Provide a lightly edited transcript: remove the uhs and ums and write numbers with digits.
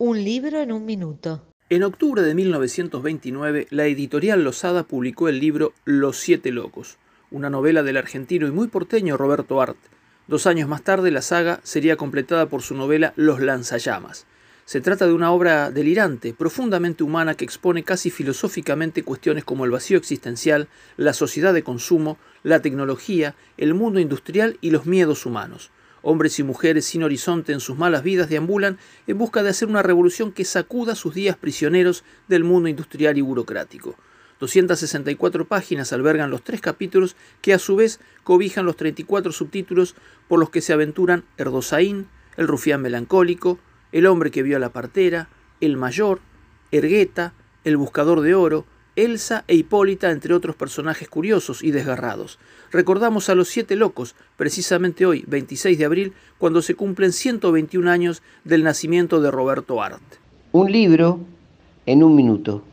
Un libro en un minuto. En octubre de 1929, la editorial Losada publicó el libro Los Siete Locos, una novela del argentino y muy porteño Roberto Arlt. 2 años más tarde, la saga sería completada por su novela Los Lanzallamas. Se trata de una obra delirante, profundamente humana, que expone casi filosóficamente cuestiones como el vacío existencial, la sociedad de consumo, la tecnología, el mundo industrial y los miedos humanos. Hombres y mujeres sin horizonte en sus malas vidas deambulan en busca de hacer una revolución que sacuda sus días prisioneros del mundo industrial y burocrático. 264 páginas albergan los 3 capítulos que a su vez cobijan los 34 subtítulos por los que se aventuran Erdosaín, el rufián melancólico, el hombre que vio a la partera, el mayor, Ergueta, el buscador de oro, Elsa e Hipólita, entre otros personajes curiosos y desgarrados. Recordamos a los 7 locos, precisamente hoy, 26 de abril, cuando se cumplen 121 años del nacimiento de Roberto Arlt. Un libro en un minuto.